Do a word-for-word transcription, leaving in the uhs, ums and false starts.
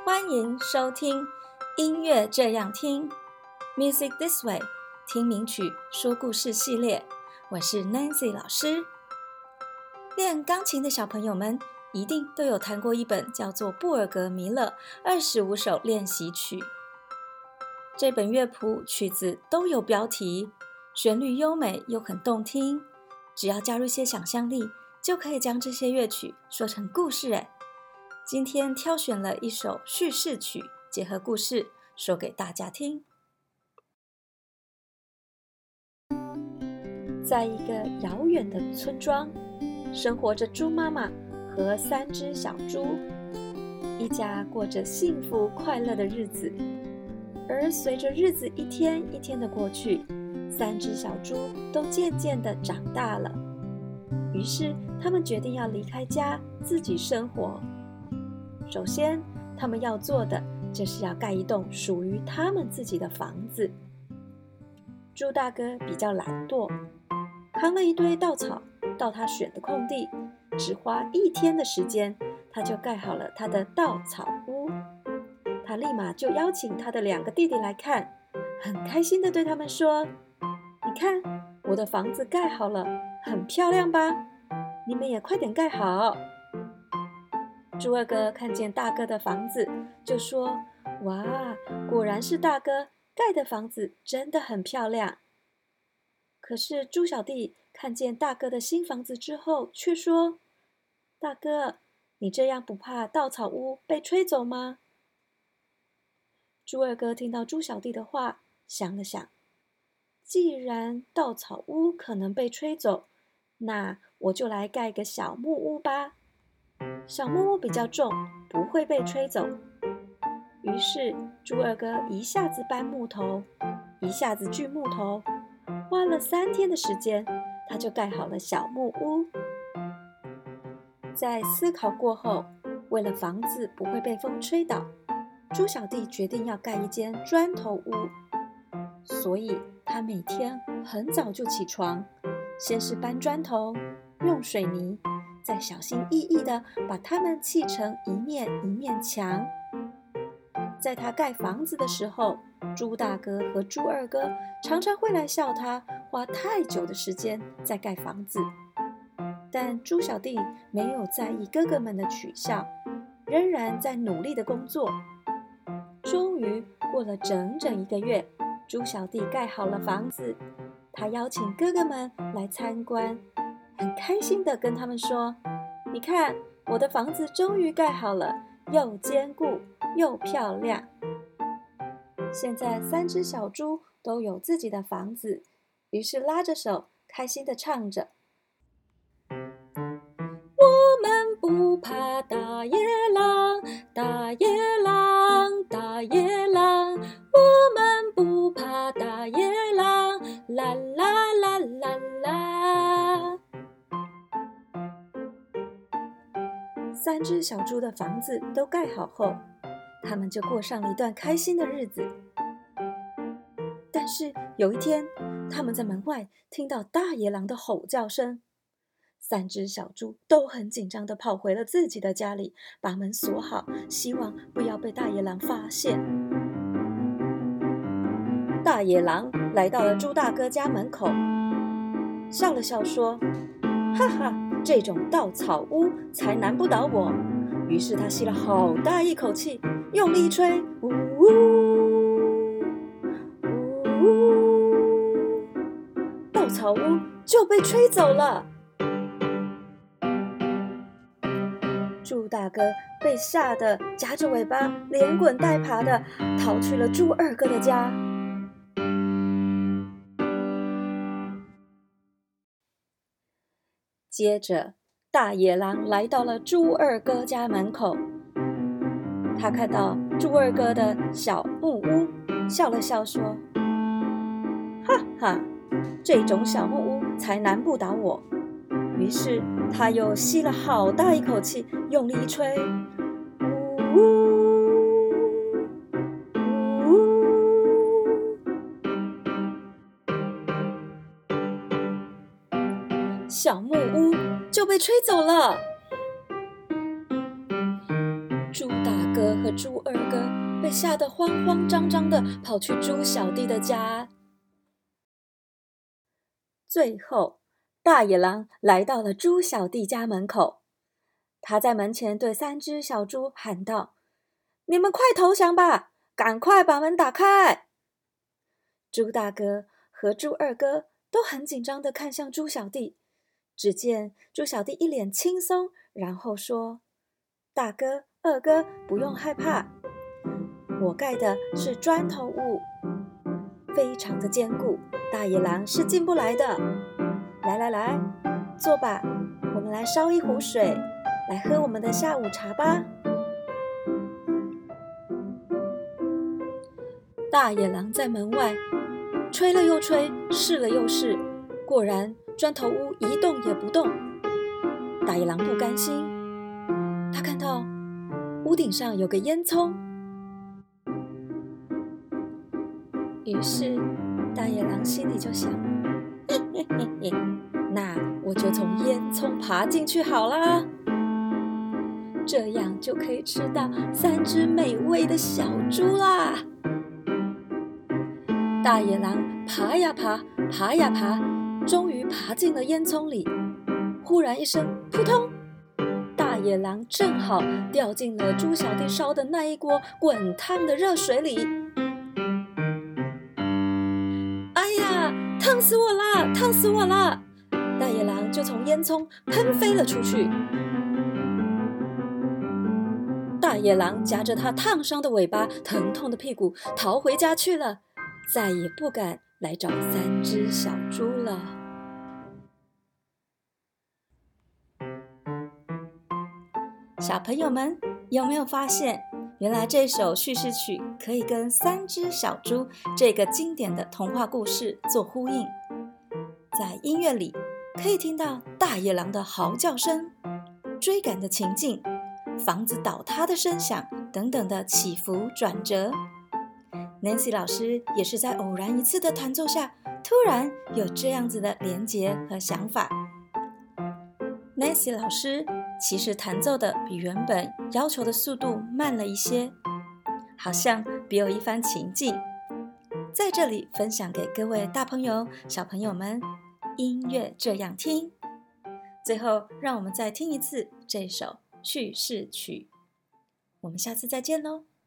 欢迎收听音乐这样听 Music This Way 听名曲说故事系列，我是 Nancy 老师。练钢琴的小朋友们一定都有弹过一本叫做布尔格弥勒二十五首练习曲。这本乐谱曲子都有标题，旋律优美又很动听，只要加入些想象力，就可以将这些乐曲说成故事诶。今天挑选了一首叙事曲，结合故事说给大家听。在一个遥远的村庄，生活着猪妈妈和三只小猪，一家过着幸福快乐的日子。而随着日子一天一天的过去，三只小猪都渐渐地长大了。于是他们决定要离开家，自己生活。首先，他们要做的就是要盖一栋属于他们自己的房子。猪大哥比较懒惰，扛了一堆稻草到他选的空地，只花一天的时间，他就盖好了他的稻草屋。他立马就邀请他的两个弟弟来看，很开心地对他们说：你看，我的房子盖好了，很漂亮吧？你们也快点盖好。猪二哥看见大哥的房子，就说：哇，果然是大哥盖的房子，真的很漂亮。可是猪小弟看见大哥的新房子之后，却说：大哥，你这样不怕稻草屋被吹走吗？猪二哥听到猪小弟的话，想了想，既然稻草屋可能被吹走，那我就来盖个小木屋吧。小木屋比较重，不会被吹走。于是猪二哥一下子搬木头，一下子锯木头，花了三天的时间，他就盖好了小木屋。在思考过后，为了房子不会被风吹倒，猪小弟决定要盖一间砖头屋。所以他每天很早就起床，先是搬砖头，用水泥，再小心翼翼地把它们砌成一面一面墙。在他盖房子的时候，猪大哥和猪二哥常常会来笑他花太久的时间在盖房子。但猪小弟没有在意哥哥们的取笑，仍然在努力的工作。终于过了整整一个月，猪小弟盖好了房子，他邀请哥哥们来参观，很开心地跟他们说：你看，我的房子终于盖好了，又坚固又漂亮。现在三只小猪都有自己的房子，于是拉着手开心地唱着：我们不怕大野狼，大野狼，大野狼，我们不怕大野狼，啦啦啦啦啦。三只小猪的房子都盖好后，他们就过上了一段开心的日子。但是有一天，他们在门外听到大野狼的吼叫声，三只小猪都很紧张地跑回了自己的家里，把门锁好，希望不要被大野狼发现。大野狼来到了猪大哥家门口，笑了笑说：哈哈，这种稻草屋才难不倒我。于是他吸了好大一口气，用力一吹，呜呜呜，稻草屋就被吹走了。猪大哥被吓得夹着尾巴，连滚带爬的逃去了猪二哥的家。接着大野狼来到了猪二哥家门口，他看到猪二哥的小木屋，笑了笑说：哈哈，这种小木屋才难不倒我。于是他又吸了好大一口气，用力一吹，呜呜呜，小木屋就被吹走了。猪大哥哥和猪二哥被吓得慌慌张张的跑去猪小弟的家。最后，大野狼来到了猪小弟家门口，他在门前对三只小猪喊道：“你们快投降吧，赶快把门打开！”猪大哥和猪二哥都很紧张地看向猪小弟，只见猪小弟一脸轻松，然后说：“大哥、二哥，不用害怕，我盖的是砖头屋，非常的坚固，大野狼是进不来的。来来来，坐吧，我们来烧一壶水，来喝我们的下午茶吧。”大野狼在门外吹了又吹，试了又试，果然砖头屋一动也不动。大野狼不甘心，他看到屋顶上有个烟囱，于是大野狼心里就想：嘿嘿嘿嘿，那我就从烟囱爬进去好啦，这样就可以吃到三只美味的小猪啦。大野狼爬呀爬，爬呀爬，终于爬进了烟囱里。忽然一声扑通，大野狼正好掉进了猪小弟烧的那一锅滚烫的热水里。哎呀，烫死我啦！烫死我啦！大野狼就从烟囱喷飞了出去。大野狼夹着他烫伤的尾巴，疼痛的屁股，逃回家去了，再也不敢来找三只小猪了。小朋友们有没有发现，原来这首叙事曲可以跟三只小猪这个经典的童话故事做呼应？在音乐里可以听到大野狼的嚎叫声、追赶的情境、房子倒塌的声响等等的起伏转折。Nancy 老师也是在偶然一次的弹奏下，突然有这样子的连结和想法。Nancy 老师其实弹奏的比原本要求的速度慢了一些，好像别有一番情境，在这里分享给各位大朋友、小朋友们。音乐这样听，最后让我们再听一次这首叙事曲。我们下次再见喽。